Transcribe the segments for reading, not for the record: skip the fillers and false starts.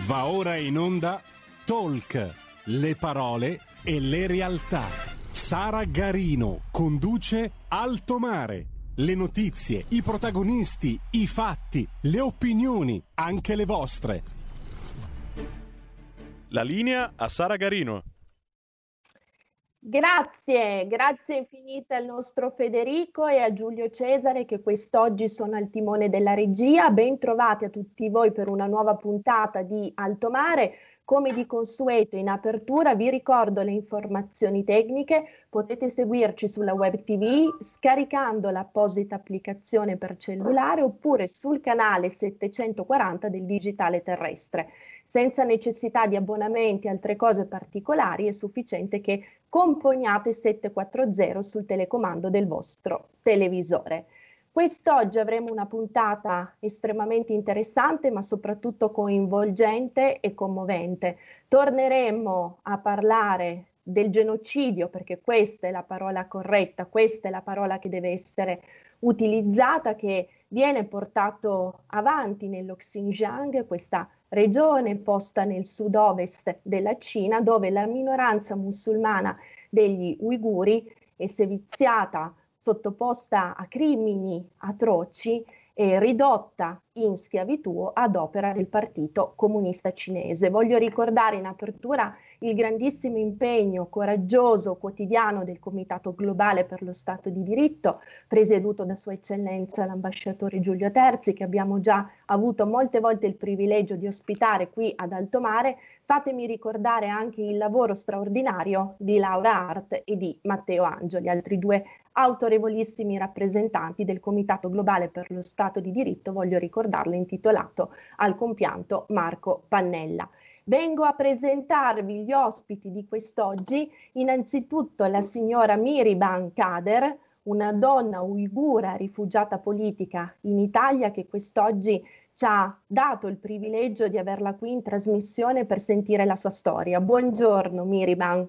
Va ora in onda Talk, le parole e le realtà. Sara Garino conduce Alto Mare. Le notizie, i protagonisti, i fatti, le opinioni, anche le vostre. La linea a Sara Garino. Grazie infinite al nostro Federico e a Giulio Cesare che quest'oggi sono al timone della regia. Ben trovati a tutti voi per una nuova puntata di Alto Mare. Come di consueto in apertura vi ricordo le informazioni tecniche, potete seguirci sulla web TV scaricando l'apposita applicazione per cellulare oppure sul canale 740 del digitale terrestre. Senza necessità di abbonamenti e altre cose particolari è sufficiente che componiate 740 sul telecomando del vostro televisore. Quest'oggi avremo una puntata estremamente interessante ma soprattutto coinvolgente e commovente. Torneremo a parlare del genocidio perché questa è la parola corretta, questa è la parola che deve essere utilizzata, che viene portato avanti nello Xinjiang, questa regione posta nel sud-ovest della Cina dove la minoranza musulmana degli uiguri è seviziata, sottoposta a crimini atroci e ridotta in schiavitù ad opera del Partito Comunista Cinese. Voglio ricordare in apertura il grandissimo impegno coraggioso quotidiano del Comitato Globale per lo Stato di Diritto, presieduto da Sua Eccellenza l'ambasciatore Giulio Terzi, che abbiamo già avuto molte volte il privilegio di ospitare qui ad Alto Mare. Fatemi ricordare anche il lavoro straordinario di Laura Hart e di Matteo Angioli, altri due autorevolissimi rappresentanti del Comitato Globale per lo Stato di Diritto, voglio ricordarlo, intitolato Al compianto Marco Pannella. Vengo a presentarvi gli ospiti di quest'oggi, innanzitutto la signora Mihriban Kader, una donna uigura rifugiata politica in Italia che quest'oggi ci ha dato il privilegio di averla qui in trasmissione per sentire la sua storia. Buongiorno Mihriban.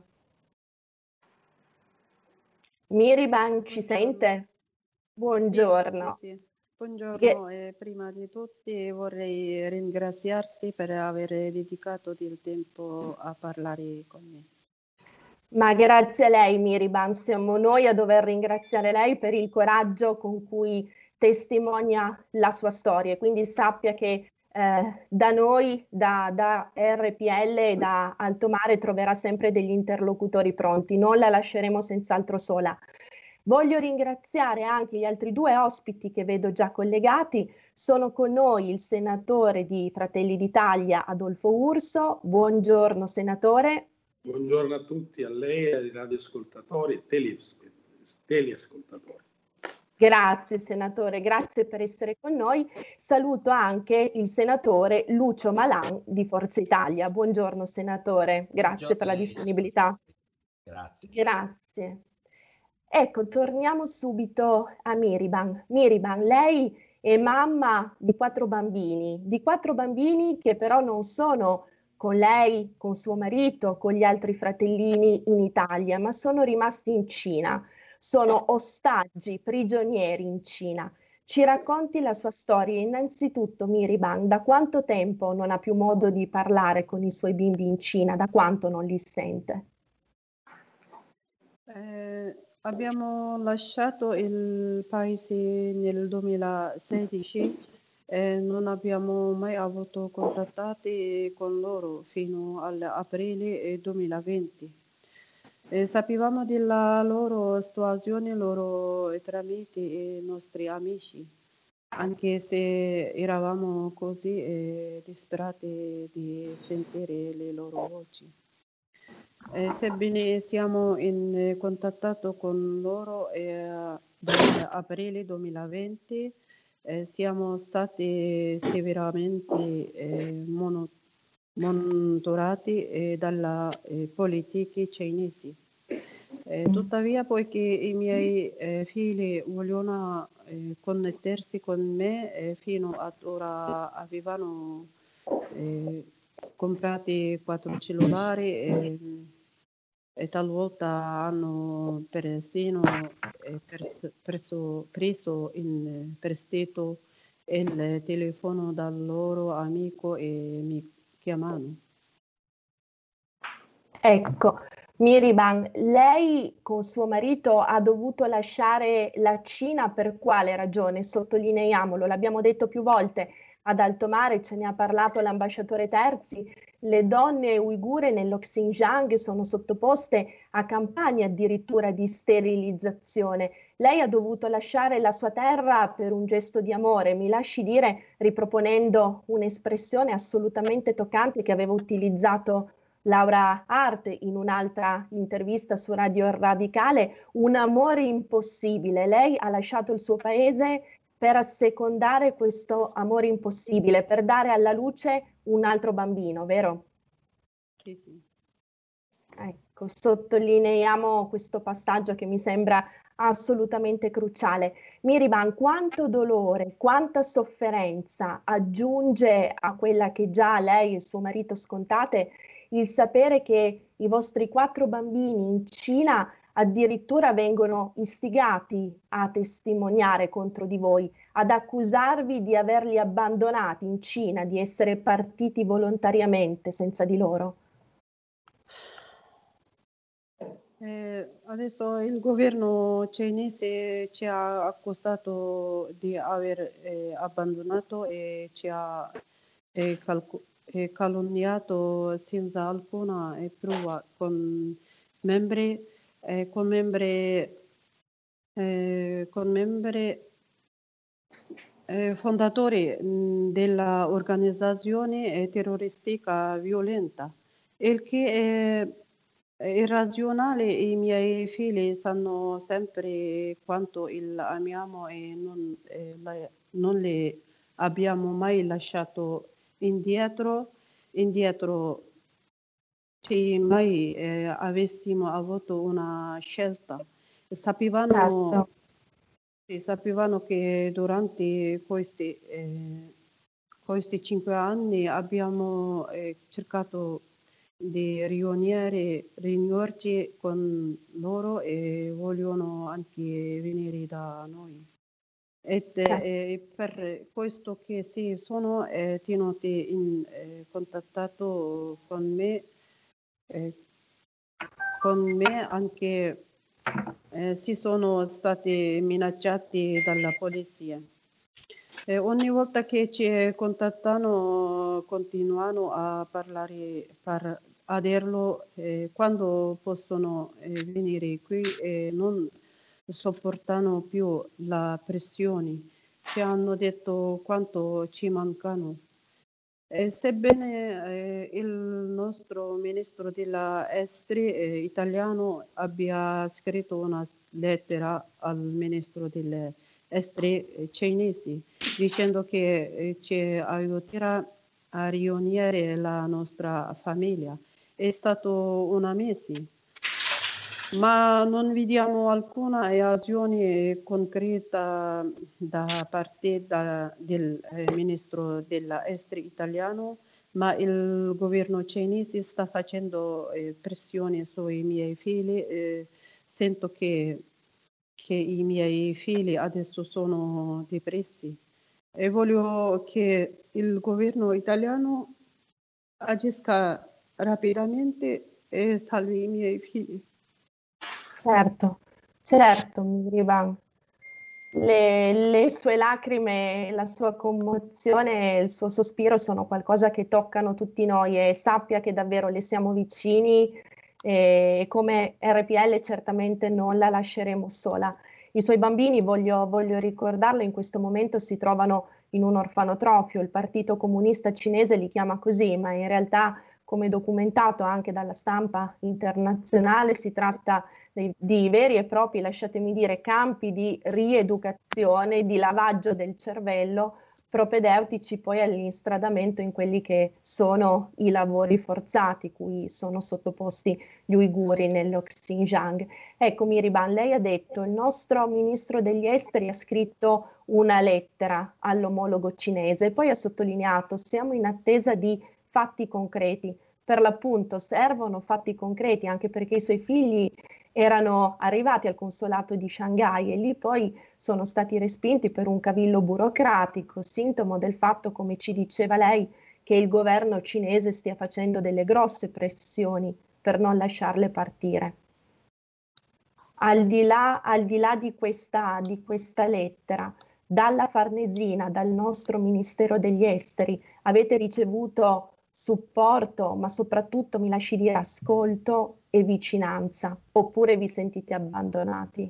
Mihriban, ci sente? Buongiorno. Sì. Buongiorno e prima di tutto vorrei ringraziarti per aver dedicato del tempo a parlare con me. Ma grazie a lei Mihriban, siamo noi a dover ringraziare lei per il coraggio con cui testimonia la sua storia, quindi sappia che da noi, da RPL e da Alto Mare troverà sempre degli interlocutori pronti, non la lasceremo senz'altro sola. Voglio ringraziare anche gli altri due ospiti che vedo già collegati. Sono con noi il senatore di Fratelli d'Italia Adolfo Urso. Buongiorno senatore. Buongiorno a tutti, a lei, ai radioascoltatori e teleascoltatori. Grazie senatore, grazie per essere con noi. Saluto anche il senatore Lucio Malan di Forza Italia. Buongiorno senatore, grazie per la disponibilità. Grazie. Grazie. Ecco, torniamo subito a Mihriban. Mihriban, lei è mamma di 4 bambini che però non sono con lei, con suo marito, con gli altri fratellini in Italia, ma sono rimasti in Cina. Sono ostaggi, prigionieri in Cina. Ci racconti la sua storia. Innanzitutto, Mihriban, da quanto tempo non ha più modo di parlare con i suoi bimbi in Cina? Da quanto non li sente? Abbiamo lasciato il paese nel 2016 e non abbiamo mai avuto contatti con loro fino all'aprile 2020. Sapevamo della loro situazione loro tramite i nostri amici, anche se eravamo così disperati di sentire le loro voci. Sebbene siamo in contatto con loro dall'aprile 2020, siamo stati severamente monitorati dalle politiche cinesi. Tuttavia, poiché i miei figli vogliono connettersi con me, fino ad ora avevano comprati 4 cellulari e talvolta hanno persino preso in prestito il telefono dal loro amico che chiamano. Ecco, Miriban, lei con suo marito ha dovuto lasciare la Cina per quale ragione? Sottolineiamolo, l'abbiamo detto più volte, ad alto mare ce ne ha parlato l'ambasciatore Terzi, le donne uigure nello Xinjiang sono sottoposte a campagne addirittura di sterilizzazione. Lei ha dovuto lasciare la sua terra per un gesto di amore, mi lasci dire, riproponendo un'espressione assolutamente toccante che aveva utilizzato Laura Hart in un'altra intervista su Radio Radicale, un amore impossibile. Lei ha lasciato il suo paese per assecondare questo amore impossibile, per dare alla luce un altro bambino, vero? Sì, sì. Ecco, sottolineiamo questo passaggio che mi sembra assolutamente cruciale. Miriban, quanto dolore, quanta sofferenza aggiunge a quella che già lei e suo marito scontate il sapere che i vostri 4 bambini in Cina addirittura vengono istigati a testimoniare contro di voi, ad accusarvi di averli abbandonati in Cina, di essere partiti volontariamente senza di loro? Adesso il governo cinese ci ha accusato di aver abbandonato e ci ha calunniato senza alcuna prova con membri fondatori dell'organizzazione terroristica violenta, il che è irrazionale. I miei figli sanno sempre quanto amiamo e non li abbiamo mai lasciato indietro se mai avessimo avuto una scelta. Sapevano che durante questi 5 anni abbiamo cercato di riunirci con loro e vogliono anche venire da noi. Per questo che si sono tenuti in contatto con me anche si sono stati minacciati dalla polizia. Ogni volta che ci contattano continuano a parlare a dirlo quando possono venire qui e non sopportano più la pressione. Ci hanno detto quanto ci mancano. Sebbene il nostro ministro della esteri italiano abbia scritto una lettera al ministro delle esteri cinesi dicendo che ci aiuterà a riunire la nostra famiglia, è stato 1 mese, ma non vediamo alcuna azione concreta da parte del ministro della esteri italiano, ma il governo cinese sta facendo pressione sui miei figli. Sento che i miei figli adesso sono depressi e voglio che il governo italiano agisca rapidamente e salvi i miei figli. Certo, Miriban. Le sue lacrime, la sua commozione, il suo sospiro sono qualcosa che toccano tutti noi e sappia che davvero le siamo vicini e come RPL certamente non la lasceremo sola. I suoi bambini, voglio ricordarlo, in questo momento si trovano in un orfanotrofio, il Partito Comunista Cinese li chiama così, ma in realtà, come documentato anche dalla stampa internazionale, si tratta di veri e propri, lasciatemi dire, campi di rieducazione, di lavaggio del cervello, propedeutici poi all'instradamento in quelli che sono i lavori forzati cui sono sottoposti gli uiguri nello Xinjiang. Ecco Miriban, lei ha detto il nostro ministro degli esteri ha scritto una lettera all'omologo cinese, poi ha sottolineato siamo in attesa di fatti concreti. Per l'appunto servono fatti concreti anche perché i suoi figli erano arrivati al consolato di Shanghai e lì poi sono stati respinti per un cavillo burocratico, sintomo del fatto, come ci diceva lei, che il governo cinese stia facendo delle grosse pressioni per non lasciarle partire. Al di là di questa lettera, dalla Farnesina, dal nostro Ministero degli Esteri, avete ricevuto supporto, ma soprattutto, mi lasci dire, ascolto e vicinanza, oppure vi sentite abbandonati?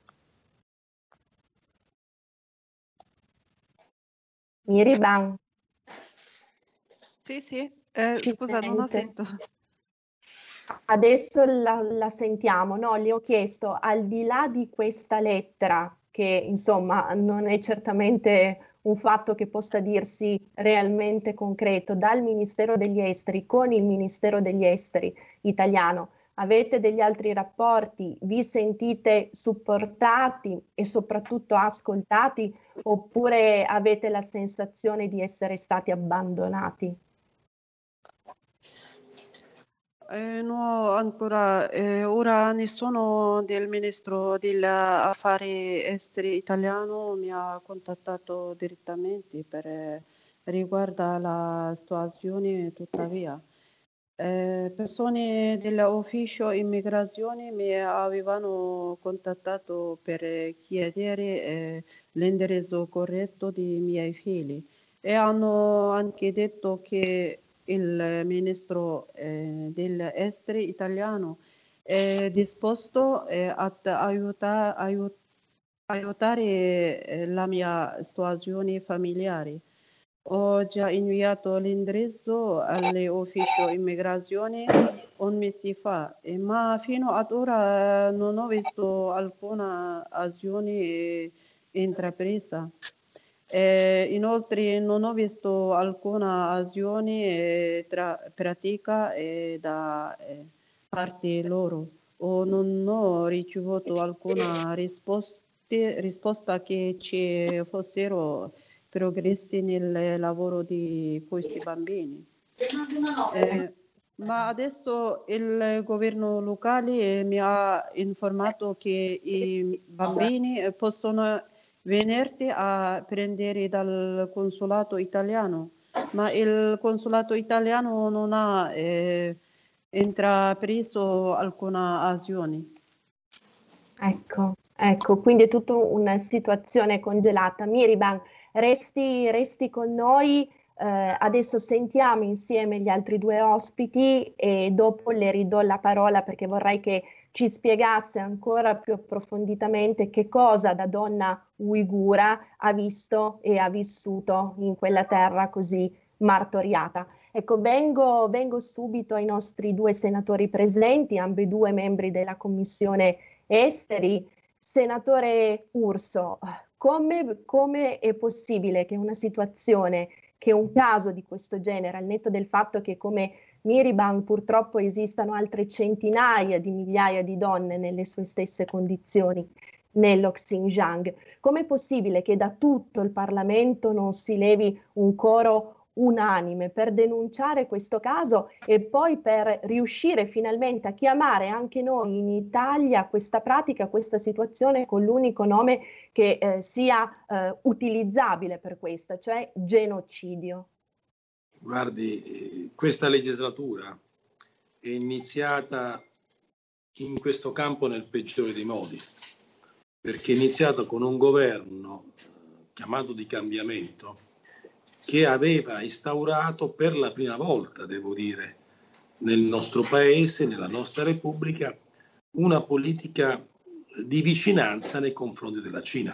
Miriban? Sì, Ci scusa, non ho sente? sentito. Adesso la sentiamo, no? Le ho chiesto, al di là di questa lettera, che insomma non è certamente un fatto che possa dirsi realmente concreto, dal Ministero degli Esteri con il Ministero degli Esteri italiano, avete degli altri rapporti? Vi sentite supportati e soprattutto ascoltati, oppure avete la sensazione di essere stati abbandonati? No, ancora, ora nessuno del Ministro degli Affari Esteri italiano mi ha contattato direttamente per riguardo la situazione, tuttavia. Persone dell'ufficio immigrazione mi avevano contattato per chiedere l'indirizzo corretto dei miei figli e hanno anche detto che il ministro degli esteri italiano è disposto ad aiutare la mia situazione familiare. Ho già inviato l'indirizzo all'ufficio immigrazione un mese fa, ma fino ad ora non ho visto alcuna azione intrapresa. Inoltre non ho visto alcuna azione pratica da parte loro o non ho ricevuto alcuna risposta che ci fossero progressi nel lavoro di questi bambini. Ma adesso il governo locale mi ha informato che i bambini possono venirti a prendere dal consolato italiano, ma il consolato italiano non ha intrapreso alcuna azione. Ecco, quindi è tutta una situazione congelata. Miriban, resti con noi, adesso sentiamo insieme gli altri due ospiti e dopo le ridò la parola perché vorrei che ci spiegasse ancora più approfonditamente che cosa da donna uigura ha visto e ha vissuto in quella terra così martoriata. Ecco, vengo subito ai nostri due senatori presenti, ambedue membri della Commissione Esteri. Senatore Urso, come è possibile che una situazione, che un caso di questo genere, al netto del fatto che come Miriban purtroppo esistano altre centinaia di migliaia di donne nelle sue stesse condizioni nello Xinjiang, com'è possibile che da tutto il Parlamento non si levi un coro unanime per denunciare questo caso e poi per riuscire finalmente a chiamare anche noi in Italia questa pratica, questa situazione con l'unico nome che sia utilizzabile per questa, cioè genocidio? Guardi, questa legislatura è iniziata in questo campo nel peggiore dei modi, perché è iniziata con un governo chiamato di cambiamento che aveva instaurato per la prima volta, devo dire, nel nostro paese, nella nostra Repubblica, una politica di vicinanza nei confronti della Cina.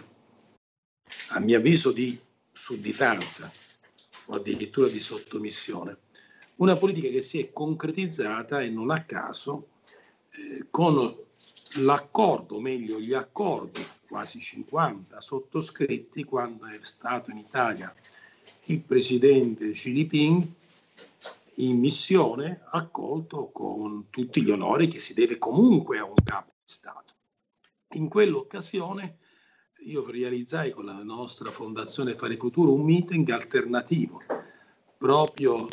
A mio avviso di sudditanza o addirittura di sottomissione. Una politica che si è concretizzata, e non a caso, con l'accordo, o meglio gli accordi, quasi 50, sottoscritti quando è stato in Italia il presidente Xi Jinping in missione, accolto con tutti gli onori che si deve comunque a un capo di Stato. In quell'occasione io realizzai con la nostra Fondazione Fare Futuro un meeting alternativo proprio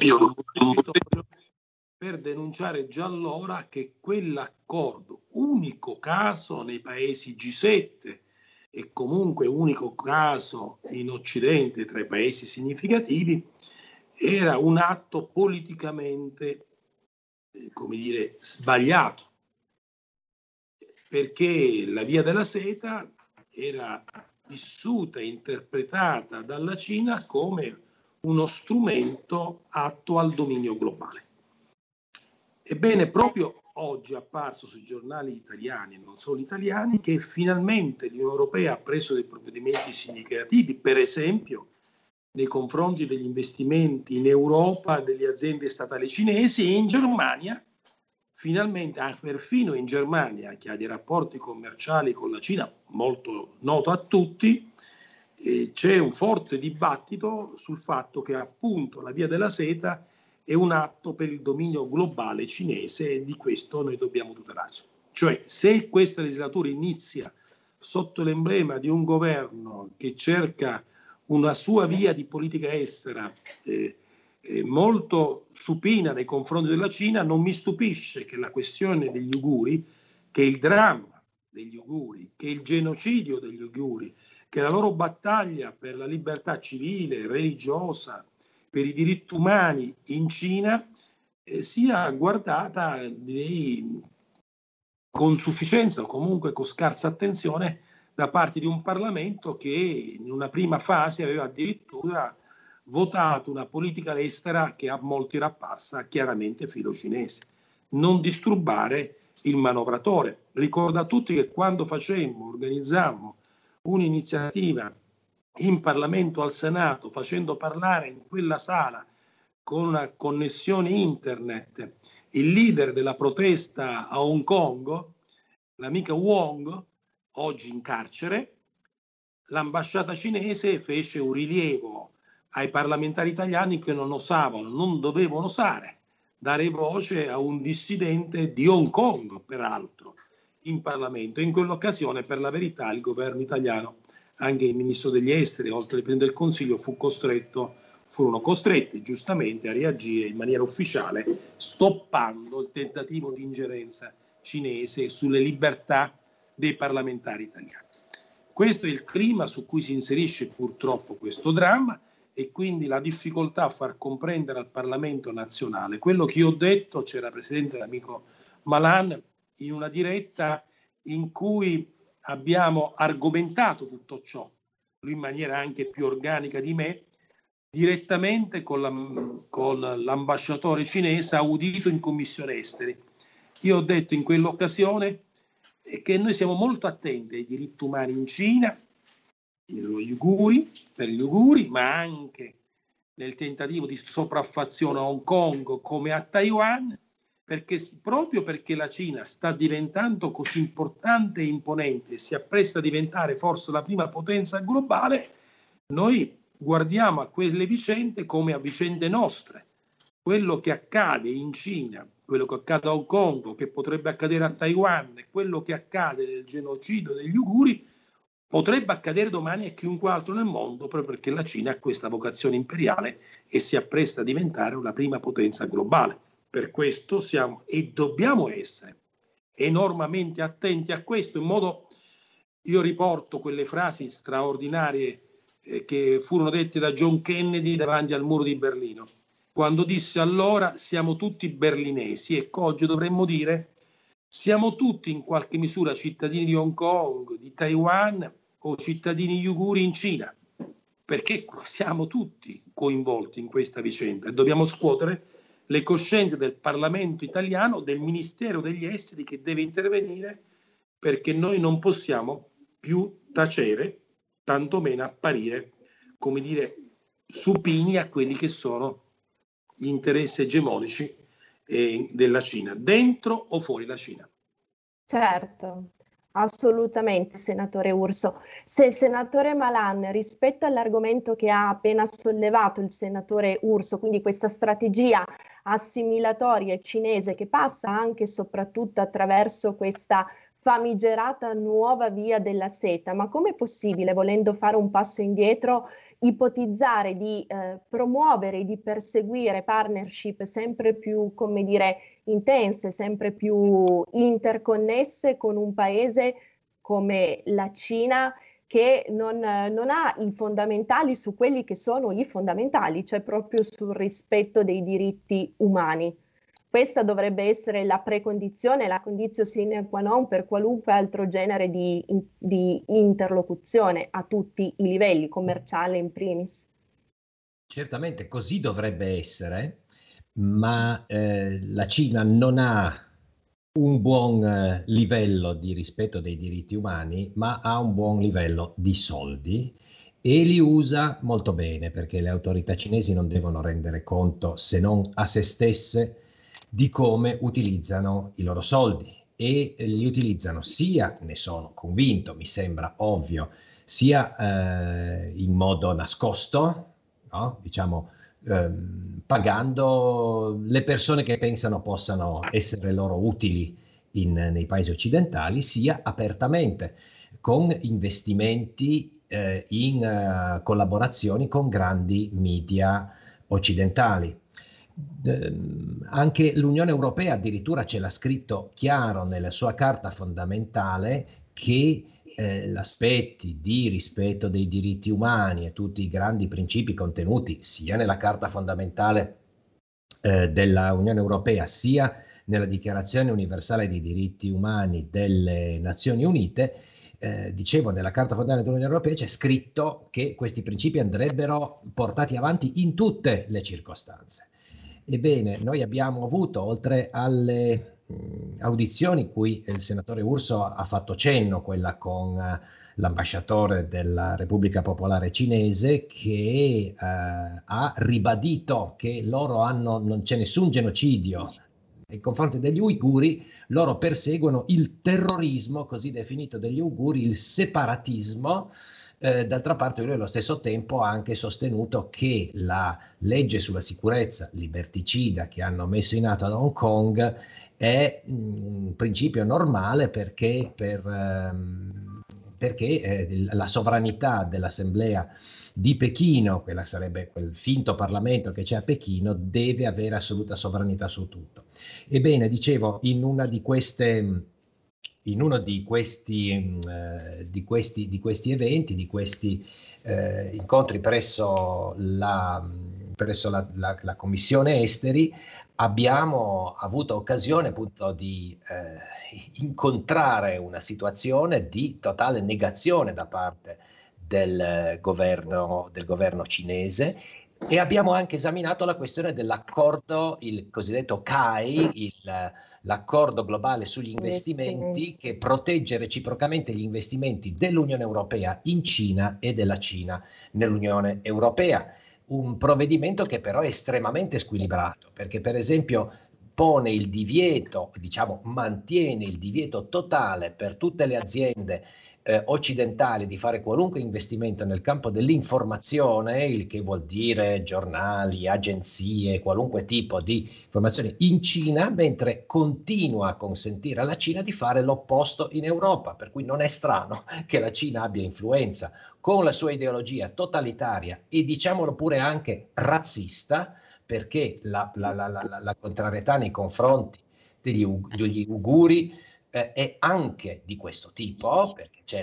per denunciare già allora che quell'accordo, unico caso nei paesi G7 e comunque unico caso in Occidente tra i paesi significativi, era un atto politicamente, come dire, sbagliato, perché la via della seta era vissuta e interpretata dalla Cina come uno strumento atto al dominio globale. Ebbene, proprio oggi è apparso sui giornali italiani e non solo italiani che finalmente l'Unione Europea ha preso dei provvedimenti significativi, per esempio nei confronti degli investimenti in Europa delle aziende statali cinesi, e in Germania finalmente, perfino in Germania, che ha dei rapporti commerciali con la Cina molto noto a tutti, c'è un forte dibattito sul fatto che appunto la via della seta è un atto per il dominio globale cinese, e di questo noi dobbiamo tutelarci. Cioè, se questa legislatura inizia sotto l'emblema di un governo che cerca una sua via di politica estera molto supina nei confronti della Cina, non mi stupisce che la questione degli uiguri, che il dramma degli uiguri, che il genocidio degli uiguri, che la loro battaglia per la libertà civile, religiosa, per i diritti umani in Cina sia guardata, direi, con sufficienza o comunque con scarsa attenzione da parte di un Parlamento che in una prima fase aveva addirittura votato una politica estera che a molti rappassa chiaramente filo cinese. Non disturbare il manovratore. Ricordo a tutti che quando organizzammo un'iniziativa in Parlamento al Senato, facendo parlare in quella sala con una connessione internet il leader della protesta a Hong Kong, l'amica Wong, oggi in carcere, l'ambasciata cinese fece un rilievo ai parlamentari italiani che non dovevano osare dare voce a un dissidente di Hong Kong, peraltro, in Parlamento. In quell'occasione, per la verità, il governo italiano, anche il ministro degli esteri, oltre al Presidente del Consiglio, furono costretti giustamente a reagire in maniera ufficiale, stoppando il tentativo di ingerenza cinese sulle libertà dei parlamentari italiani. Questo è il clima su cui si inserisce purtroppo questo dramma, e quindi la difficoltà a far comprendere al Parlamento nazionale quello che io ho detto. C'era presente l'amico Malan in una diretta in cui abbiamo argomentato tutto ciò, lui in maniera anche più organica di me, direttamente con l'ambasciatore cinese audito in Commissione Esteri. Io ho detto in quell'occasione che noi siamo molto attenti ai diritti umani in Cina, per gli uiguri, ma anche nel tentativo di sopraffazione a Hong Kong come a Taiwan, proprio perché la Cina sta diventando così importante e imponente e si appresta a diventare forse la prima potenza globale, noi guardiamo a quelle vicende come a vicende nostre. Quello che accade in Cina, quello che accade a Hong Kong, che potrebbe accadere a Taiwan, e quello che accade nel genocidio degli uiguri potrebbe accadere domani a chiunque altro nel mondo, proprio perché la Cina ha questa vocazione imperiale e si appresta a diventare una prima potenza globale. Per questo siamo e dobbiamo essere enormemente attenti a questo, in modo, io riporto quelle frasi straordinarie che furono dette da John Kennedy davanti al muro di Berlino, quando disse allora siamo tutti berlinesi. Ecco, oggi dovremmo dire siamo tutti in qualche misura cittadini di Hong Kong, di Taiwan o cittadini uiguri in Cina, perché siamo tutti coinvolti in questa vicenda e dobbiamo scuotere le coscienze del Parlamento italiano, del Ministero degli Esteri che deve intervenire, perché noi non possiamo più tacere, tantomeno apparire, come dire, supini a quelli che sono gli interessi egemonici della Cina, dentro o fuori la Cina. Certo, assolutamente, senatore Urso. Se il senatore Malan, rispetto all'argomento che ha appena sollevato il senatore Urso, quindi questa strategia assimilatoria cinese che passa anche e soprattutto attraverso questa famigerata nuova via della seta, ma com'è possibile, volendo fare un passo indietro, ipotizzare di promuovere, di perseguire partnership sempre più, come dire, intense, sempre più interconnesse con un paese come la Cina, che non ha i fondamentali su quelli che sono i fondamentali, cioè proprio sul rispetto dei diritti umani. Questa dovrebbe essere la precondizione, la conditio sine qua non per qualunque altro genere di interlocuzione a tutti i livelli, commerciale in primis. Certamente così dovrebbe essere, ma la Cina non ha un buon livello di rispetto dei diritti umani, ma ha un buon livello di soldi e li usa molto bene, perché le autorità cinesi non devono rendere conto, se non a se stesse, di come utilizzano i loro soldi, e li utilizzano sia, ne sono convinto, mi sembra ovvio, sia in modo nascosto, no? Diciamo pagando le persone che pensano possano essere loro utili nei paesi occidentali, sia apertamente con investimenti in collaborazioni con grandi media occidentali. Anche l'Unione Europea addirittura ce l'ha scritto chiaro nella sua carta fondamentale che gli aspetti di rispetto dei diritti umani e tutti i grandi principi contenuti sia nella Carta fondamentale della Unione Europea sia nella Dichiarazione universale dei diritti umani delle Nazioni Unite, dicevo, nella Carta fondamentale dell'Unione Europea c'è scritto che questi principi andrebbero portati avanti in tutte le circostanze. Ebbene, noi abbiamo avuto, oltre alle audizioni cui il senatore Urso ha fatto cenno, quella con l'ambasciatore della Repubblica Popolare Cinese, che ha ribadito che loro non c'è nessun genocidio nei confronti degli uiguri, loro perseguono il terrorismo così definito degli uiguri, il separatismo. D'altra parte lui allo stesso tempo ha anche sostenuto che la legge sulla sicurezza liberticida che hanno messo in atto ad Hong Kong è un principio normale perché la sovranità dell'Assemblea di Pechino, quella sarebbe quel finto Parlamento che c'è a Pechino, deve avere assoluta sovranità su tutto. Ebbene, dicevo, in uno di questi eventi, di questi incontri presso la Commissione Esteri, abbiamo avuto occasione appunto di incontrare una situazione di totale negazione da parte del governo cinese, e abbiamo anche esaminato la questione dell'accordo, il cosiddetto CAI, l'accordo globale sugli investimenti, che protegge reciprocamente gli investimenti dell'Unione Europea in Cina e della Cina nell'Unione Europea. Un provvedimento che però è estremamente squilibrato, perché per esempio pone il divieto, mantiene il divieto totale per tutte le aziende occidentali di fare qualunque investimento nel campo dell'informazione, il che vuol dire giornali, agenzie, qualunque tipo di informazione in Cina, mentre continua a consentire alla Cina di fare l'opposto in Europa, per cui non è strano che la Cina abbia influenza con la sua ideologia totalitaria e diciamolo pure anche razzista, perché la contrarietà nei confronti degli uiguri è anche di questo tipo, perché c'è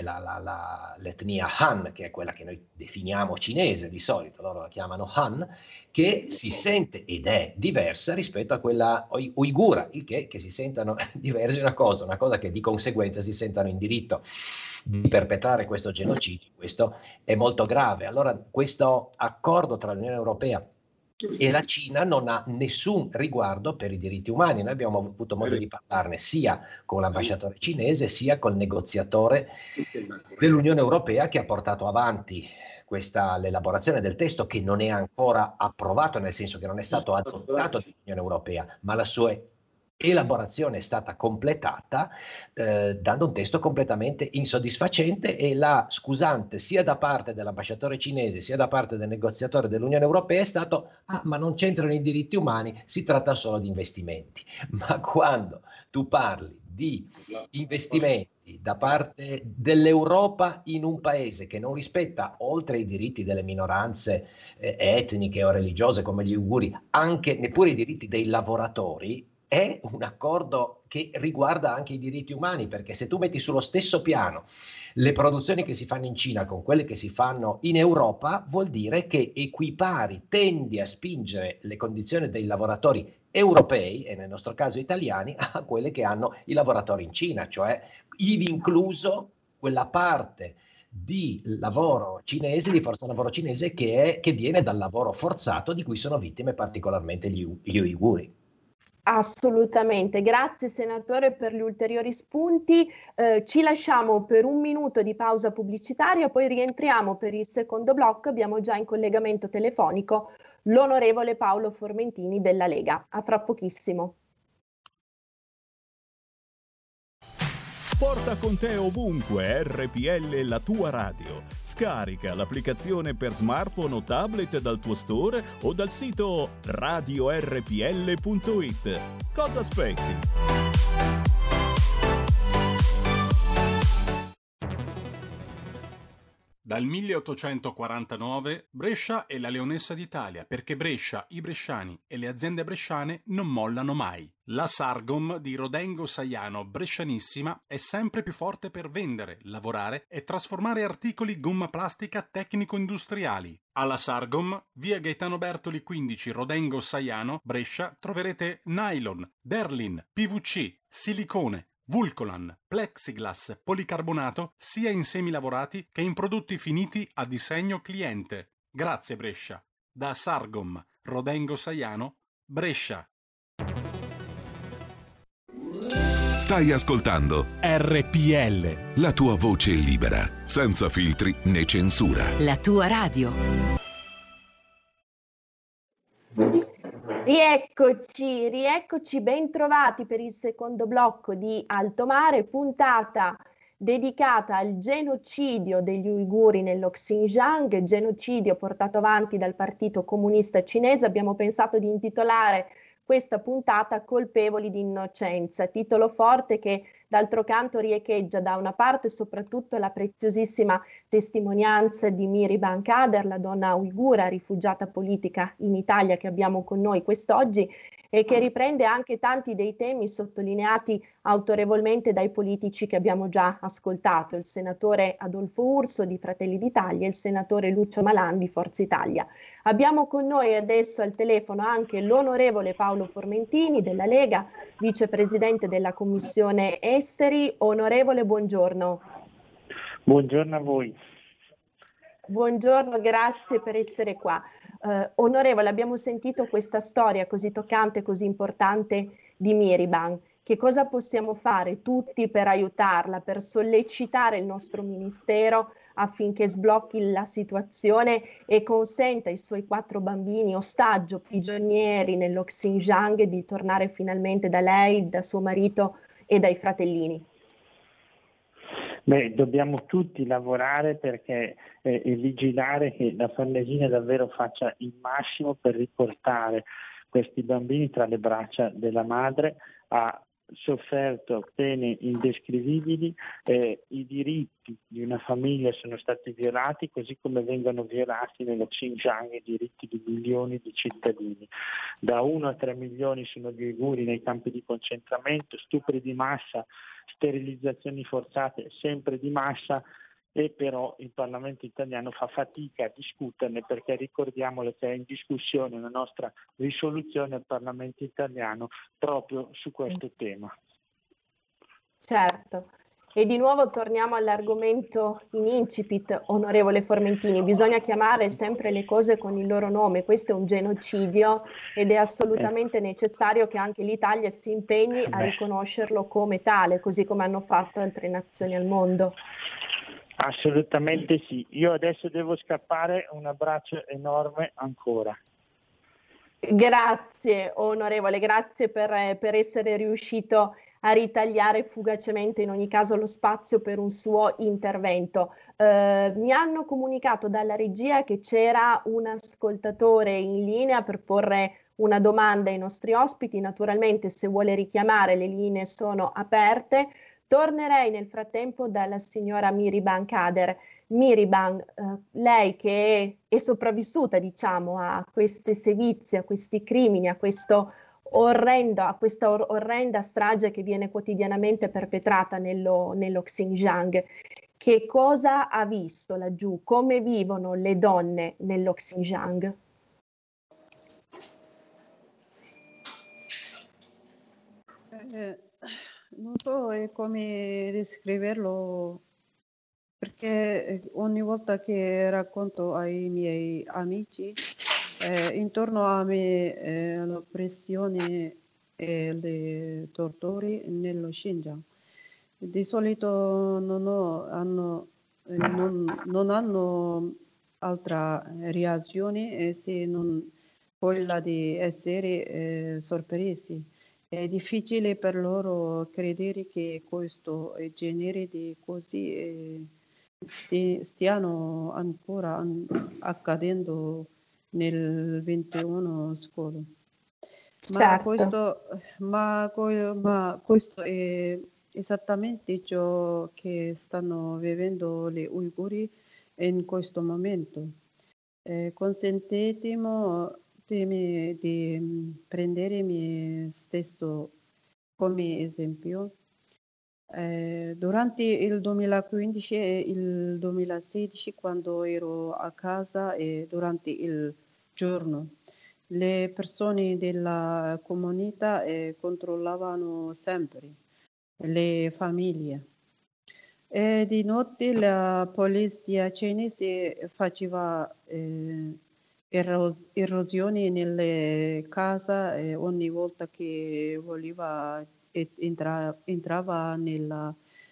l'etnia Han, che è quella che noi definiamo cinese di solito, loro la chiamano Han, che si sente ed è diversa rispetto a quella uigura, il che si sentano diversi è una cosa che di conseguenza si sentano in diritto di perpetrare questo genocidio. Questo è molto grave. Allora questo accordo tra l'Unione Europea e la Cina non ha nessun riguardo per i diritti umani. Noi abbiamo avuto modo di parlarne sia con l'ambasciatore cinese sia col negoziatore dell'Unione Europea, che ha portato avanti l'elaborazione del testo, che non è ancora approvato, nel senso che non è stato adottato dall'Unione Europea, ma la sua elaborazione è stata completata dando un testo completamente insoddisfacente, e la scusante sia da parte dell'ambasciatore cinese sia da parte del negoziatore dell'Unione Europea è stato: ma non c'entrano i diritti umani, si tratta solo di investimenti. Ma quando tu parli di investimenti da parte dell'Europa in un paese che non rispetta, oltre i diritti delle minoranze etniche o religiose come gli uiguri, anche neppure i diritti dei lavoratori, è un accordo che riguarda anche i diritti umani, perché se tu metti sullo stesso piano le produzioni che si fanno in Cina con quelle che si fanno in Europa, vuol dire che tendi a spingere le condizioni dei lavoratori europei, e nel nostro caso italiani, a quelle che hanno i lavoratori in Cina, cioè ivi incluso quella parte di lavoro cinese, di forza lavoro cinese che viene dal lavoro forzato, di cui sono vittime particolarmente gli uiguri. Assolutamente, grazie senatore per gli ulteriori spunti. Ci lasciamo per un minuto di pausa pubblicitaria, poi rientriamo per il secondo blocco. Abbiamo già in collegamento telefonico l'onorevole Paolo Formentini della Lega. A fra pochissimo. Porta con te ovunque RPL, la tua radio. Scarica l'applicazione per smartphone o tablet dal tuo store o dal sito radiorpl.it. Cosa aspetti? Dal 1849 Brescia è la leonessa d'Italia, perché Brescia, i bresciani e le aziende bresciane non mollano mai. La Sargom di Rodengo Saiano Brescianissima è sempre più forte per vendere, lavorare e trasformare articoli gomma plastica tecnico-industriali. Alla Sargom, via Gaetano Bertoli 15 Rodengo Saiano, Brescia, troverete nylon, derlin, PVC, silicone, Vulcolan, plexiglass, policarbonato, sia in semi lavorati che in prodotti finiti a disegno cliente. Grazie Brescia. Da Sargom, Rodengo Saiano, Brescia. Stai ascoltando RPL. La tua voce libera, senza filtri né censura. La tua radio. Rieccoci, ben trovati per il secondo blocco di Alto Mare, puntata dedicata al genocidio degli uiguri nello Xinjiang, genocidio portato avanti dal Partito Comunista Cinese. Abbiamo pensato di intitolare questa puntata Colpevoli di innocenza, titolo forte che d'altro canto riecheggia da una parte soprattutto la preziosissima testimonianza di Mihriban Kader, la donna uigura rifugiata politica in Italia che abbiamo con noi quest'oggi, e che riprende anche tanti dei temi sottolineati autorevolmente dai politici che abbiamo già ascoltato, il senatore Adolfo Urso di Fratelli d'Italia e il senatore Lucio Malan di Forza Italia. Abbiamo con noi adesso al telefono anche l'onorevole Paolo Formentini della Lega, vicepresidente della Commissione Esteri. Onorevole, buongiorno. Buongiorno a voi. Buongiorno, grazie per essere qua. Onorevole, abbiamo sentito questa storia così toccante, così importante di Mihriban. Che cosa possiamo fare tutti per aiutarla, per sollecitare il nostro Ministero affinché sblocchi la situazione e consenta ai suoi 4 bambini ostaggio, prigionieri nello Xinjiang, di tornare finalmente da lei, da suo marito e dai fratellini? Beh, dobbiamo tutti lavorare perché e vigilare che la Farnesina davvero faccia il massimo per riportare questi bambini tra le braccia della madre. Ha sofferto pene indescrivibili, i diritti di una famiglia sono stati violati, così come vengono violati nello Xinjiang i diritti di milioni di cittadini. Da 1 a 3 milioni sono gli uiguri nei campi di concentramento, stupri di massa, sterilizzazioni forzate sempre di massa, e però il Parlamento italiano fa fatica a discuterne, perché ricordiamole che è in discussione una nostra risoluzione al Parlamento italiano proprio su questo tema. Certo. E di nuovo torniamo all'argomento in incipit, onorevole Formentini. Bisogna chiamare sempre le cose con il loro nome. Questo è un genocidio ed è assolutamente necessario che anche l'Italia si impegni a riconoscerlo come tale, così come hanno fatto altre nazioni al mondo. Assolutamente sì. Io adesso devo scappare, un abbraccio enorme ancora. Grazie onorevole, grazie per essere riuscito a ritagliare fugacemente in ogni caso lo spazio per un suo intervento. Mi hanno comunicato dalla regia che c'era un ascoltatore in linea per porre una domanda ai nostri ospiti. Naturalmente, se vuole richiamare, le linee sono aperte. Tornerei nel frattempo dalla signora Mihriban Kader. Mihriban, lei che è sopravvissuta, diciamo, a queste sevizie, a questi crimini, a questo a questa orrenda strage che viene quotidianamente perpetrata nello Xinjiang. Che cosa ha visto laggiù? Come vivono le donne nello Xinjiang? Non so come descriverlo, perché ogni volta che racconto ai miei amici, intorno a me l'oppressione e le torture nello Xinjiang. Di solito non hanno altra reazione se non quella di essere sorpresi. È difficile per loro credere che questo genere di cose stiano ancora accadendo nel XXI secolo. Certo. Ma questo è esattamente ciò che stanno vivendo le uiguri in questo momento. Consentitemi di prendere me stesso come esempio. Durante il 2015 e il 2016, quando ero a casa e durante il giorno, le persone della comunità controllavano sempre le famiglie. E di notte la polizia cinese faceva erosioni nelle case ogni volta che voleva entrava nella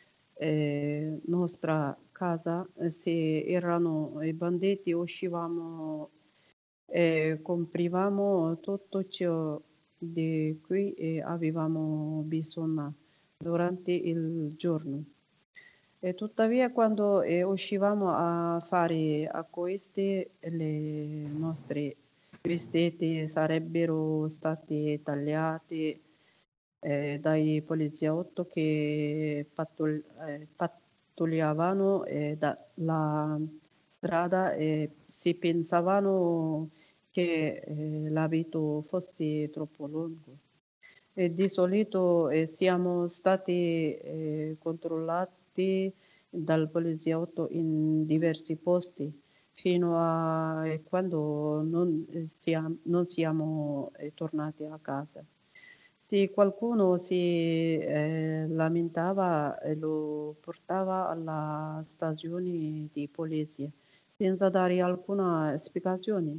nostra casa. Se erano i banditi uscivamo e comprivamo tutto ciò di cui avevamo bisogno durante il giorno. E tuttavia quando uscivamo a fare acquisti, le nostre vestiti sarebbero stati tagliati dai poliziotti che pattugliavano la strada e si pensavano che l'abito fosse troppo lungo. E di solito siamo stati controllati dal poliziotto in diversi posti fino a quando non siamo tornati a casa. Se qualcuno si lamentava, lo portava alla stazione di polizia senza dare alcuna spiegazione.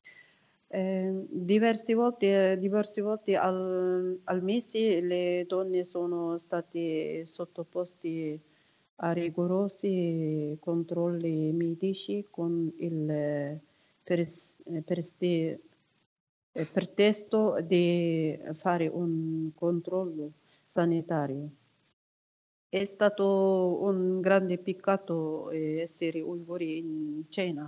Diverse volte al mese le donne sono state sottoposte a rigorosi controlli medici con il pretesto di fare un controllo sanitario. È stato un grande peccato essere uiguri in Cina.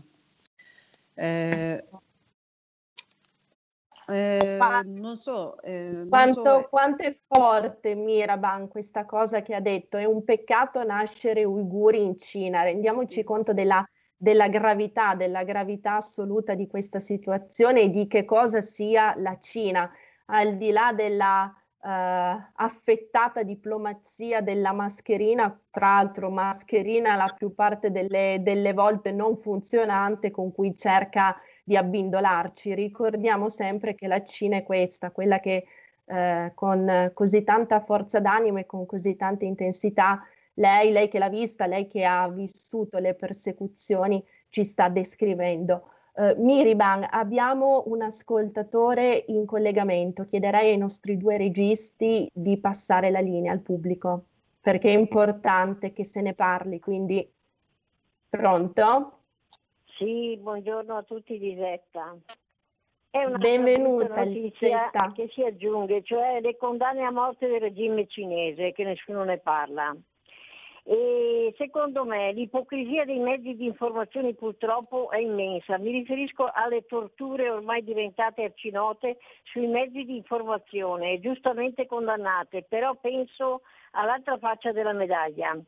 Non so. Quanto è forte Miraban questa cosa che ha detto, è un peccato nascere uiguri in Cina, rendiamoci conto della gravità assoluta di questa situazione e di che cosa sia la Cina, al di là della affettata diplomazia della mascherina, tra l'altro mascherina la più parte delle volte non funzionante, con cui cerca di abbindolarci. Ricordiamo sempre che la Cina è questa, quella che con così tanta forza d'animo e con così tanta intensità, lei che l'ha vista, lei che ha vissuto le persecuzioni, ci sta descrivendo. Miriban, abbiamo un ascoltatore in collegamento. Chiederei ai nostri due registi di passare la linea al pubblico, perché è importante che se ne parli, quindi pronto? Sì, buongiorno a tutti, Lisetta. È una benvenuta notizia Lisetta, che si aggiunge, cioè le condanne a morte del regime cinese, che nessuno ne parla. E secondo me l'ipocrisia dei mezzi di informazione purtroppo è immensa. Mi riferisco alle torture ormai diventate arcinote sui mezzi di informazione, giustamente condannate, però penso all'altra faccia della medaglia.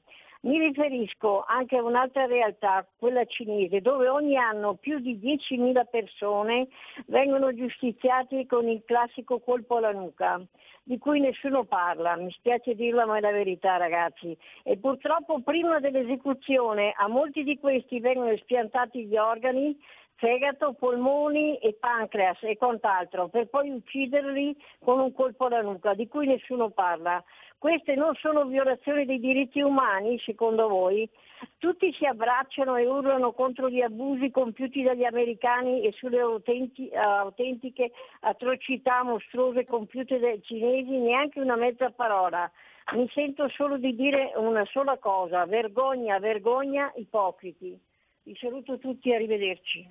Mi riferisco anche a un'altra realtà, quella cinese, dove ogni anno più di 10.000 persone vengono giustiziate con il classico colpo alla nuca, di cui nessuno parla. Mi spiace dirla, ma è la verità, ragazzi. E purtroppo prima dell'esecuzione a molti di questi vengono espiantati gli organi, fegato, polmoni e pancreas e quant'altro, per poi ucciderli con un colpo alla nuca, di cui nessuno parla. Queste non sono violazioni dei diritti umani, secondo voi? Tutti si abbracciano e urlano contro gli abusi compiuti dagli americani e sulle autentiche atrocità mostruose compiute dai cinesi, neanche una mezza parola. Mi sento solo di dire una sola cosa: vergogna, vergogna, ipocriti. Vi saluto tutti, arrivederci.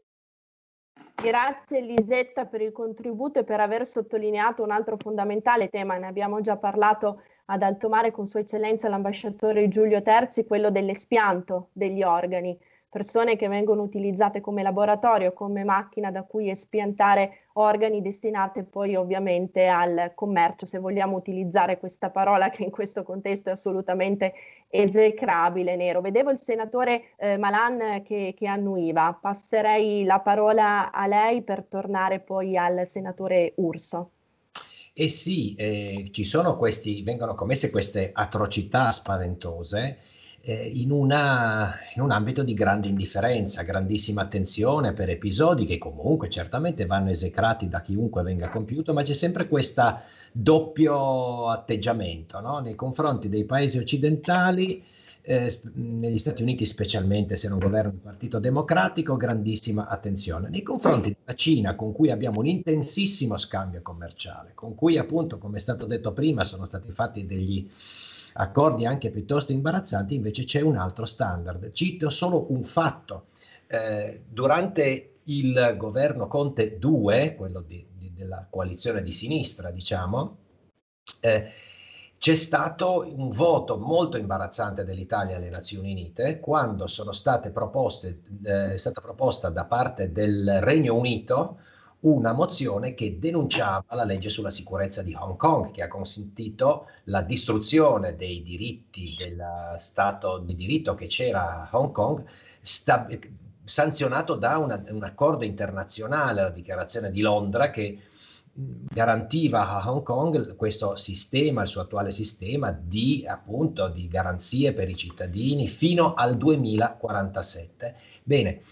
Grazie Elisetta per il contributo e per aver sottolineato un altro fondamentale tema, ne abbiamo già parlato ad alto mare con Sua Eccellenza l'ambasciatore Giulio Terzi, quello dell'espianto degli organi, persone che vengono utilizzate come laboratorio, come macchina da cui espiantare organi destinate poi ovviamente al commercio, se vogliamo utilizzare questa parola che in questo contesto è assolutamente esecrabile, Nero. Vedevo il senatore Malan che annuiva, passerei la parola a lei per tornare poi al senatore Urso. Eh sì, vengono commesse queste atrocità spaventose in un ambito di grande indifferenza, grandissima attenzione per episodi che comunque certamente vanno esecrati da chiunque venga compiuto, ma c'è sempre questo doppio atteggiamento, no? Nei confronti dei paesi occidentali, negli Stati Uniti specialmente se non governa il Partito Democratico, grandissima attenzione. Nei confronti della Cina, con cui abbiamo un intensissimo scambio commerciale, con cui appunto, come è stato detto prima, sono stati fatti degli accordi anche piuttosto imbarazzanti, invece c'è un altro standard. Cito solo un fatto: durante il governo Conte 2, quello della coalizione di sinistra, diciamo, c'è stato un voto molto imbarazzante dell'Italia alle Nazioni Unite quando è stata proposta da parte del Regno Unito una mozione che denunciava la legge sulla sicurezza di Hong Kong, che ha consentito la distruzione dei diritti dello Stato di diritto che c'era a Hong Kong, sanzionato da un accordo internazionale, la dichiarazione di Londra, che garantiva a Hong Kong questo sistema, il suo attuale sistema di garanzie per i cittadini fino al 2047. Bene,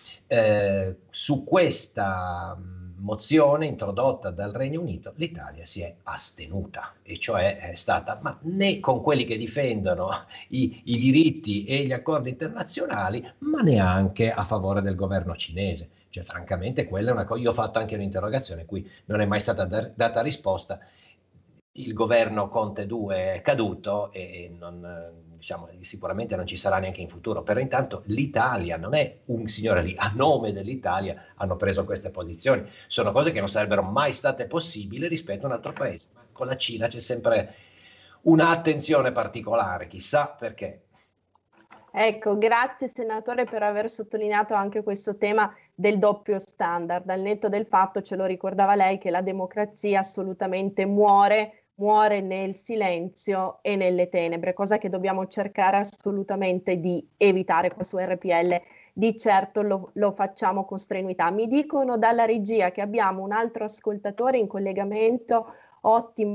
su questa mozione introdotta dal Regno Unito l'Italia si è astenuta, e cioè è stata né con quelli che difendono i diritti e gli accordi internazionali, ma neanche a favore del governo cinese. Cioè, francamente, quella è una cosa. Io ho fatto anche un'interrogazione cui non è mai stata data risposta. Il governo Conte 2 è caduto e sicuramente non ci sarà neanche in futuro. Però intanto l'Italia, non è un signore lì, a nome dell'Italia hanno preso queste posizioni. Sono cose che non sarebbero mai state possibili rispetto a un altro paese. Ma con la Cina c'è sempre un'attenzione particolare, chissà perché. Ecco, grazie senatore per aver sottolineato anche questo tema del doppio standard, al netto del fatto, ce lo ricordava lei, che la democrazia assolutamente muore nel silenzio e nelle tenebre, cosa che dobbiamo cercare assolutamente di evitare qua su RPL. Di certo lo facciamo con strenuità. Mi dicono dalla regia che abbiamo un altro ascoltatore in collegamento. Ottimo.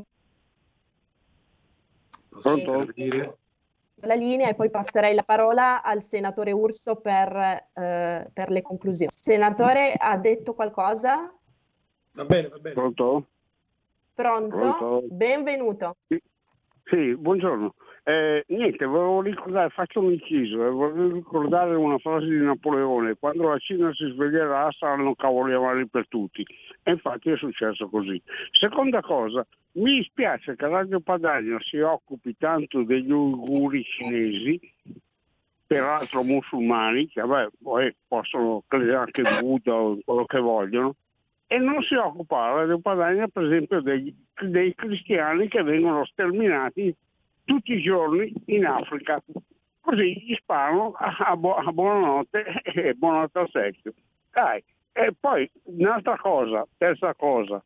Posso dire? La linea e poi passerei la parola al senatore Urso per le conclusioni. Senatore, ha detto qualcosa? Va bene. Pronto? Pronto? Benvenuto. Sì, buongiorno. Niente, volevo ricordare, faccio un inciso, volevo ricordare una frase di Napoleone: quando la Cina si sveglierà saranno cavoli amari per tutti. E infatti è successo così. Seconda cosa, mi dispiace che Radio Padania si occupi tanto degli uiguri cinesi, peraltro musulmani, che poi possono credere anche in Buddha o quello che vogliono, e non si occupa la Radio Padania per esempio dei cristiani che vengono sterminati tutti i giorni in Africa. Così gli sparano a buonanotte e buonanotte al secchio. Dai. E poi un'altra cosa, terza cosa,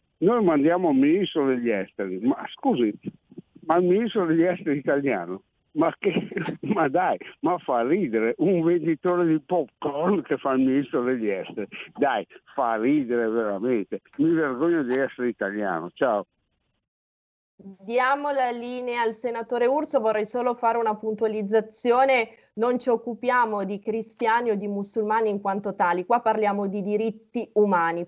noi mandiamo il ministro degli esteri, ma scusi, ma il ministro degli esteri italiano Ma dai, ma fa ridere un venditore di popcorn che fa il ministro degli esteri. Dai, fa ridere veramente. Mi vergogno di essere italiano. Ciao. Diamo la linea al senatore Urso, vorrei solo fare una puntualizzazione, non ci occupiamo di cristiani o di musulmani in quanto tali, qua parliamo di diritti umani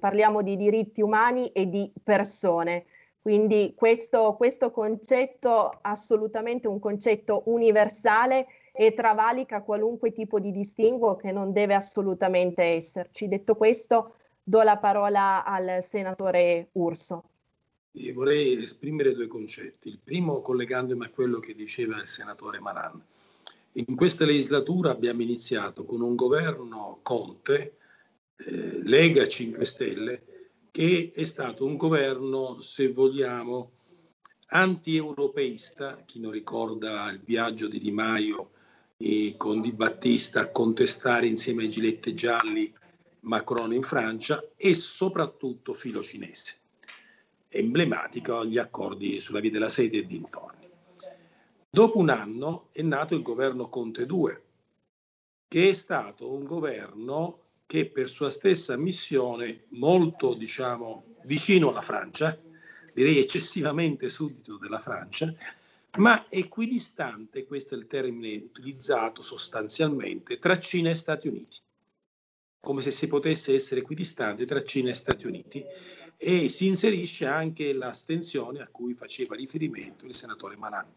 e di persone, quindi questo concetto assolutamente un concetto universale e travalica qualunque tipo di distinguo che non deve assolutamente esserci. Detto questo, do la parola al senatore Urso. Io vorrei esprimere due concetti. Il primo collegandomi a quello che diceva il senatore Malan. In questa legislatura abbiamo iniziato con un governo Conte, Lega 5 Stelle, che è stato un governo, se vogliamo, anti-europeista. Chi non ricorda il viaggio di Di Maio con Di Battista a contestare insieme ai giletti gialli Macron in Francia, e soprattutto filo cinese. Emblematico gli accordi sulla via della seta e dintorni. Dopo un anno è nato il governo Conte 2, che è stato un governo che per sua stessa missione molto, vicino alla Francia, direi eccessivamente suddito della Francia, ma equidistante, questo è il termine utilizzato sostanzialmente, tra Cina e Stati Uniti, come se si potesse essere equidistante tra Cina e Stati Uniti, e si inserisce anche l'astensione a cui faceva riferimento il senatore Malan.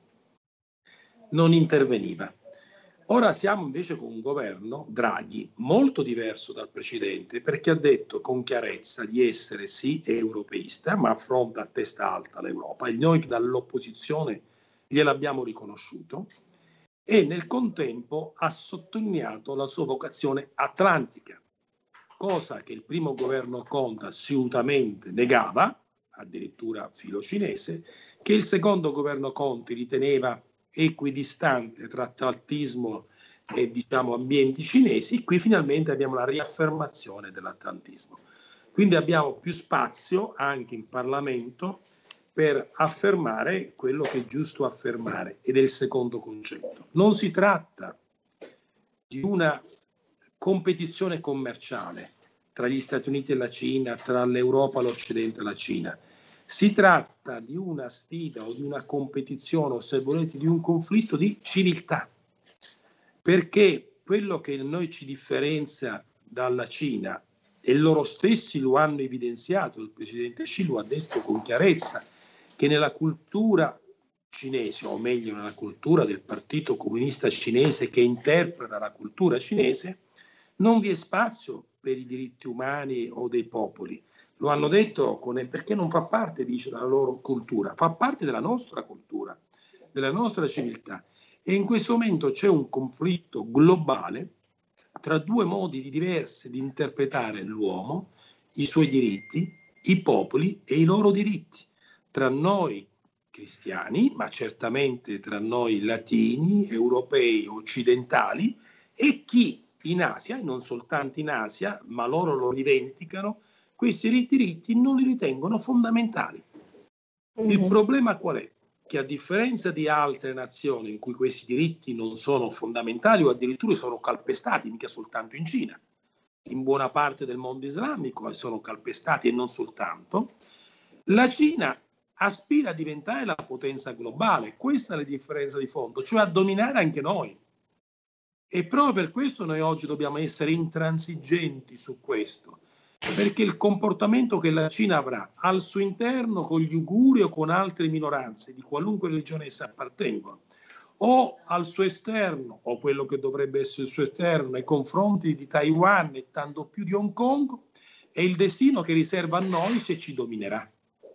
Non interveniva. Ora siamo invece con un governo, Draghi, molto diverso dal precedente, perché ha detto con chiarezza di essere sì europeista, ma affronta a testa alta l'Europa, e noi dall'opposizione gliel'abbiamo riconosciuto, e nel contempo ha sottolineato la sua vocazione atlantica, cosa che il primo governo Conte assolutamente negava, addirittura filo cinese, che il secondo governo Conte riteneva equidistante tra atlantismo e ambienti cinesi. Qui finalmente abbiamo la riaffermazione dell'atlantismo. Quindi abbiamo più spazio anche in Parlamento per affermare quello che è giusto affermare, ed è il secondo concetto. Non si tratta di una competizione commerciale tra gli Stati Uniti e la Cina, tra l'Europa, l'Occidente e la Cina. Si tratta di una sfida o di una competizione, o se volete di un conflitto di civiltà, perché quello che noi ci differenzia dalla Cina, e loro stessi lo hanno evidenziato, il presidente Xi lo ha detto con chiarezza, che nella cultura cinese, o meglio nella cultura del Partito Comunista Cinese che interpreta la cultura cinese, non vi è spazio per i diritti umani o dei popoli. Lo hanno detto perché non fa parte, dice, della loro cultura, fa parte della nostra cultura, della nostra civiltà. E in questo momento c'è un conflitto globale tra due modi diversi di interpretare l'uomo, i suoi diritti, i popoli e i loro diritti, tra noi cristiani, ma certamente tra noi latini, europei, occidentali, e chi in Asia, e non soltanto in Asia, ma loro lo rivendicano, questi diritti non li ritengono fondamentali. Il problema qual è? Che a differenza di altre nazioni in cui questi diritti non sono fondamentali o addirittura sono calpestati, mica soltanto in Cina, in buona parte del mondo islamico sono calpestati, e non soltanto, la Cina aspira a diventare la potenza globale. Questa è la differenza di fondo, cioè a dominare anche noi. E proprio per questo noi oggi dobbiamo essere intransigenti su questo, perché il comportamento che la Cina avrà al suo interno con gli uiguri o con altre minoranze di qualunque religione esse appartengono, o al suo esterno, o quello che dovrebbe essere il suo esterno nei confronti di Taiwan e tanto più di Hong Kong, è il destino che riserva a noi se ci dominerà.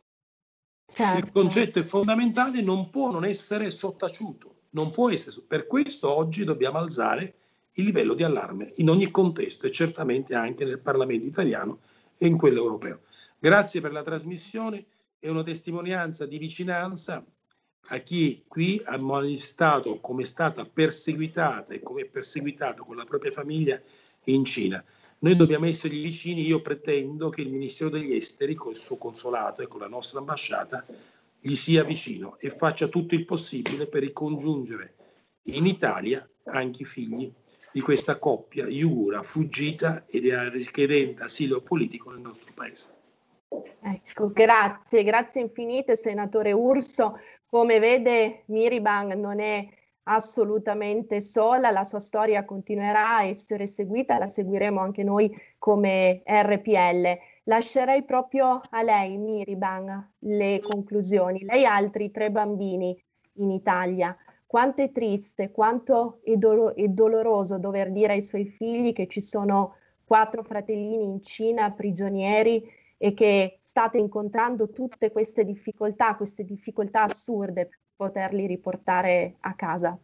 Certo. Il concetto è fondamentale, non può non essere sottaciuto. Non può essere. Per questo oggi dobbiamo alzare il livello di allarme in ogni contesto, e certamente anche nel Parlamento italiano e in quello europeo. Grazie per la trasmissione, è una testimonianza di vicinanza a chi qui ha manifestato come è stata perseguitata e come è perseguitato con la propria famiglia in Cina. Noi dobbiamo essergli vicini. Io pretendo che il Ministero degli Esteri, con il suo consolato e con la nostra ambasciata, gli sia vicino e faccia tutto il possibile per ricongiungere in Italia anche i figli di questa coppia iugura fuggita ed richiedente asilo politico nel nostro paese. Ecco, grazie infinite senatore Urso. Come vede, Miriban non è assolutamente sola, la sua storia continuerà a essere seguita, la seguiremo anche noi come RPL. Lascerei proprio a lei, Miriban, le conclusioni. Lei ha altri 3 bambini in Italia. Quanto è triste, quanto è doloroso dover dire ai suoi figli che ci sono 4 fratellini in Cina prigionieri e che state incontrando tutte queste difficoltà assurde per poterli riportare a casa.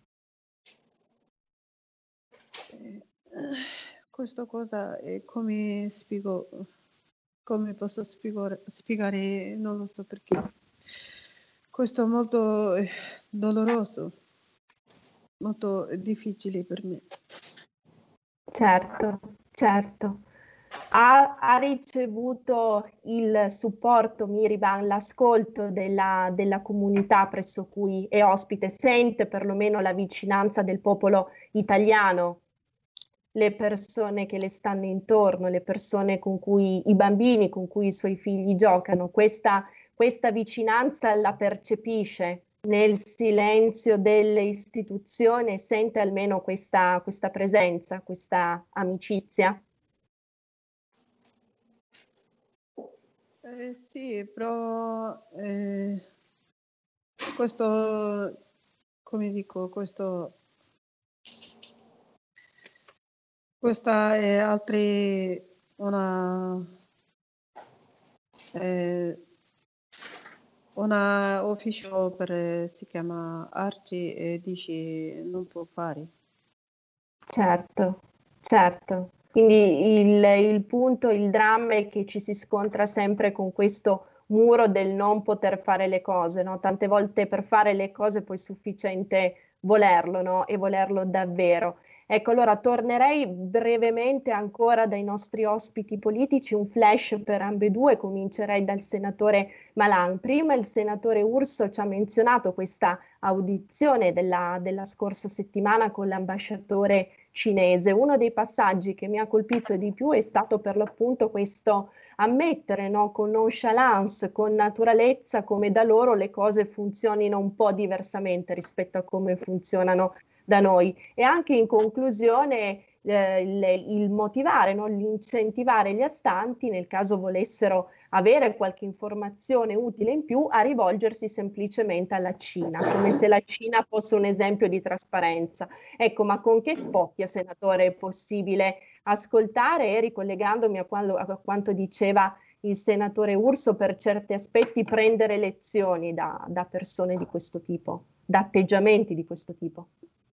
Questa cosa è come posso spiegare, non lo so perché. Questo è molto doloroso, molto difficile per me. Certo. Ha ricevuto il supporto, Miriban, l'ascolto della comunità presso cui è ospite, sente perlomeno la vicinanza del popolo italiano, le persone che le stanno intorno, le persone con cui, i bambini con cui i suoi figli giocano, questa vicinanza la percepisce nel silenzio delle istituzioni, sente almeno questa presenza, questa amicizia? Sì, però questo, come dico, questa è altri una ufficio si chiama Arci e dice non può fare. Certo. Quindi il punto, il dramma è che ci si scontra sempre con questo muro del non poter fare le cose, no? Tante volte per fare le cose poi è sufficiente volerlo, no? E volerlo davvero. Ecco, allora tornerei brevemente ancora dai nostri ospiti politici, un flash per ambedue, comincerei dal senatore Malan. Prima il senatore Urso ci ha menzionato questa audizione della scorsa settimana con l'ambasciatore cinese. Uno dei passaggi che mi ha colpito di più è stato per l'appunto questo ammettere, no, con nonchalance, con naturalezza, come da loro le cose funzionino un po' diversamente rispetto a come funzionano da noi, e anche in conclusione il motivare, no, l'incentivare gli astanti, nel caso volessero avere qualche informazione utile in più, a rivolgersi semplicemente alla Cina, come se la Cina fosse un esempio di trasparenza. Ecco, ma con che spocchia, senatore, è possibile ascoltare, e ricollegandomi a quanto diceva il senatore Urso, per certi aspetti prendere lezioni da persone di questo tipo, da atteggiamenti di questo tipo?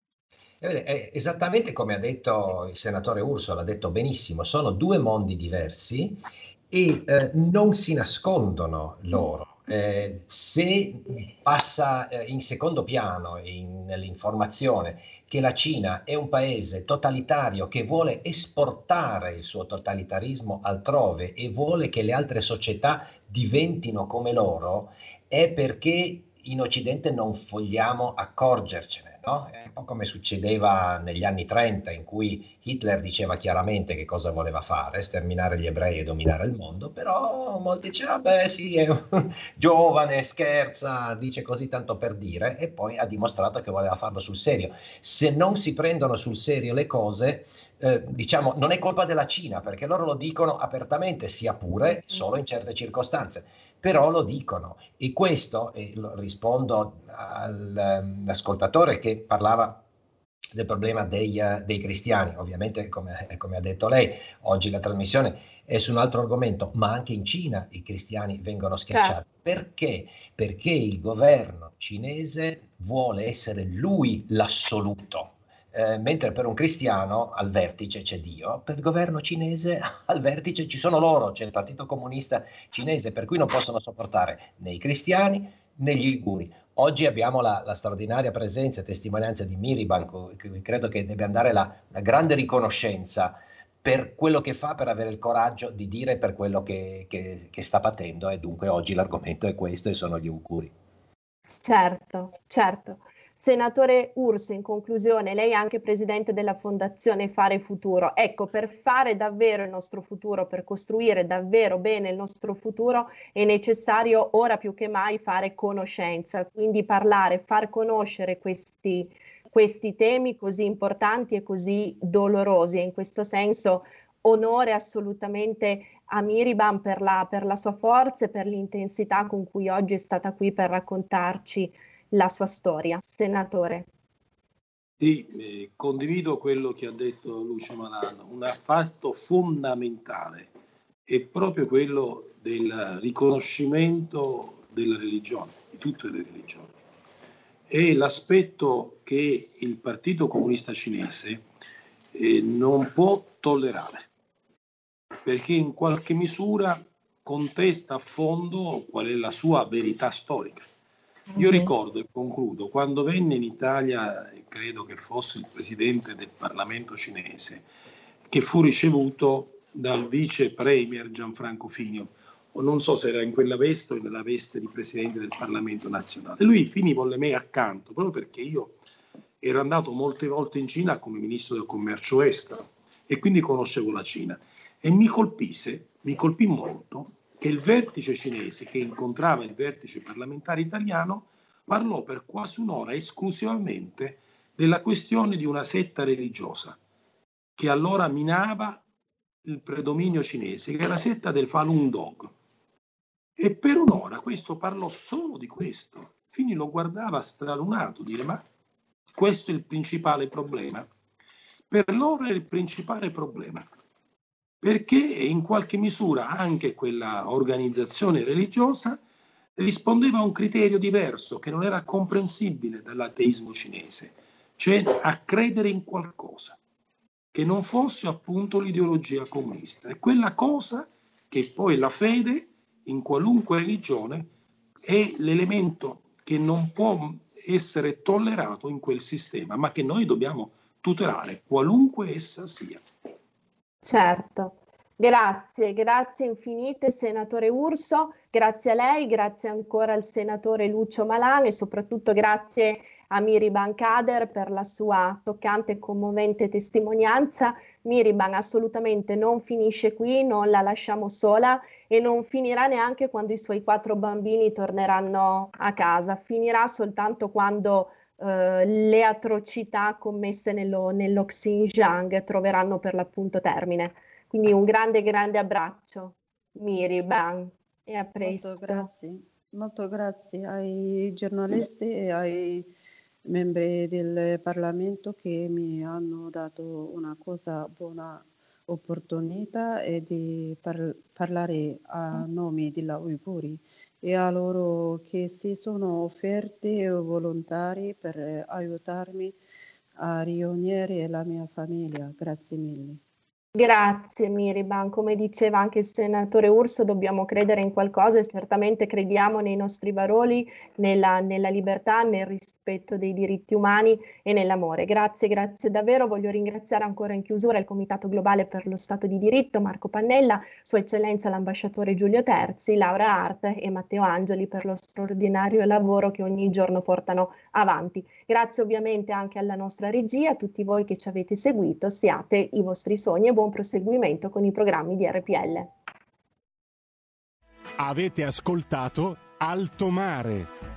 Esattamente come ha detto il senatore Urso, l'ha detto benissimo, sono 2 mondi diversi e non si nascondono loro. Se passa in secondo piano nell'informazione che la Cina è un paese totalitario che vuole esportare il suo totalitarismo altrove e vuole che le altre società diventino come loro, è perché in Occidente non vogliamo accorgercene. No? È un po' come succedeva negli anni 30, in cui Hitler diceva chiaramente che cosa voleva fare, sterminare gli ebrei e dominare il mondo, però molti dicevano, beh sì, è giovane, scherza, dice così tanto per dire, e poi ha dimostrato che voleva farlo sul serio. Se non si prendono sul serio le cose, diciamo, non è colpa della Cina, perché loro lo dicono apertamente, sia pure solo in certe circostanze. Però lo dicono, e questo, e rispondo all'ascoltatore che parlava del problema dei cristiani, ovviamente come ha detto lei, oggi la trasmissione è su un altro argomento, ma anche in Cina i cristiani vengono schiacciati. Perché? Perché il governo cinese vuole essere lui l'assoluto. Mentre per un cristiano al vertice c'è Dio, per il governo cinese al vertice ci sono loro, c'è il Partito Comunista Cinese, per cui non possono sopportare né i cristiani né gli uiguri. Oggi abbiamo la straordinaria presenza e testimonianza di Miriban, che credo che debba andare la grande riconoscenza per quello che fa, per avere il coraggio di dire per quello che sta patendo, e dunque oggi l'argomento è questo e sono gli uiguri. Certo. Senatore Urso, in conclusione, lei è anche presidente della Fondazione Fare Futuro. Ecco, per fare davvero il nostro futuro, per costruire davvero bene il nostro futuro, è necessario ora più che mai fare conoscenza, quindi parlare, far conoscere questi temi così importanti e così dolorosi. E in questo senso onore assolutamente a Miriban per la sua forza e per l'intensità con cui oggi è stata qui per raccontarci la sua storia. Senatore. Sì, condivido quello che ha detto Lucio Malan. Un fatto fondamentale è proprio quello del riconoscimento della religione, di tutte le religioni. È l'aspetto che il Partito Comunista Cinese non può tollerare, perché in qualche misura contesta a fondo qual è la sua verità storica. Io ricordo, e concludo, quando venne in Italia, credo che fosse il presidente del Parlamento cinese, che fu ricevuto dal vice premier Gianfranco Fini, o non so se era in quella veste o nella veste di presidente del Parlamento nazionale. Lui Fini volle me accanto, proprio perché io ero andato molte volte in Cina come ministro del commercio estero e quindi conoscevo la Cina. E mi colpì molto che il vertice cinese, che incontrava il vertice parlamentare italiano, parlò per quasi un'ora esclusivamente della questione di una setta religiosa che allora minava il predominio cinese, che è la setta del Falun Gong. E per un'ora questo parlò solo di questo. Fini lo guardava stralunato, dire: ma questo è il principale problema? Per loro è il principale problema, perché in qualche misura anche quella organizzazione religiosa rispondeva a un criterio diverso che non era comprensibile dall'ateismo cinese, cioè a credere in qualcosa che non fosse appunto l'ideologia comunista. È quella cosa che poi la fede in qualunque religione è l'elemento che non può essere tollerato in quel sistema, ma che noi dobbiamo tutelare, qualunque essa sia. Certo, grazie infinite senatore Urso, grazie a lei, grazie ancora al senatore Lucio Malan e soprattutto grazie a Miriban Kader per la sua toccante e commovente testimonianza. Miriban assolutamente non finisce qui, non la lasciamo sola e non finirà neanche quando i suoi 4 bambini torneranno a casa, finirà soltanto quando le atrocità commesse nello Xinjiang troveranno per l'appunto termine. Quindi un grande abbraccio, Miriban, e a presto. Molto grazie ai giornalisti e ai membri del Parlamento che mi hanno dato una cosa buona opportunità e di parlare a nome della Uiguri e a loro che si sono offerti volontari per aiutarmi a riunire la mia famiglia. Grazie mille. Grazie Miriban, come diceva anche il senatore Urso, dobbiamo credere in qualcosa e certamente crediamo nei nostri valori, nella libertà, nel rispetto dei diritti umani e nell'amore. Grazie davvero, voglio ringraziare ancora in chiusura il Comitato Globale per lo Stato di Diritto, Marco Pannella, Sua Eccellenza l'Ambasciatore Giulio Terzi, Laura Hart e Matteo Angeli per lo straordinario lavoro che ogni giorno portano avanti. Grazie ovviamente anche alla nostra regia, a tutti voi che ci avete seguito, siate i vostri sogni e buon proseguimento con i programmi di RPL. Avete ascoltato Alto Mare.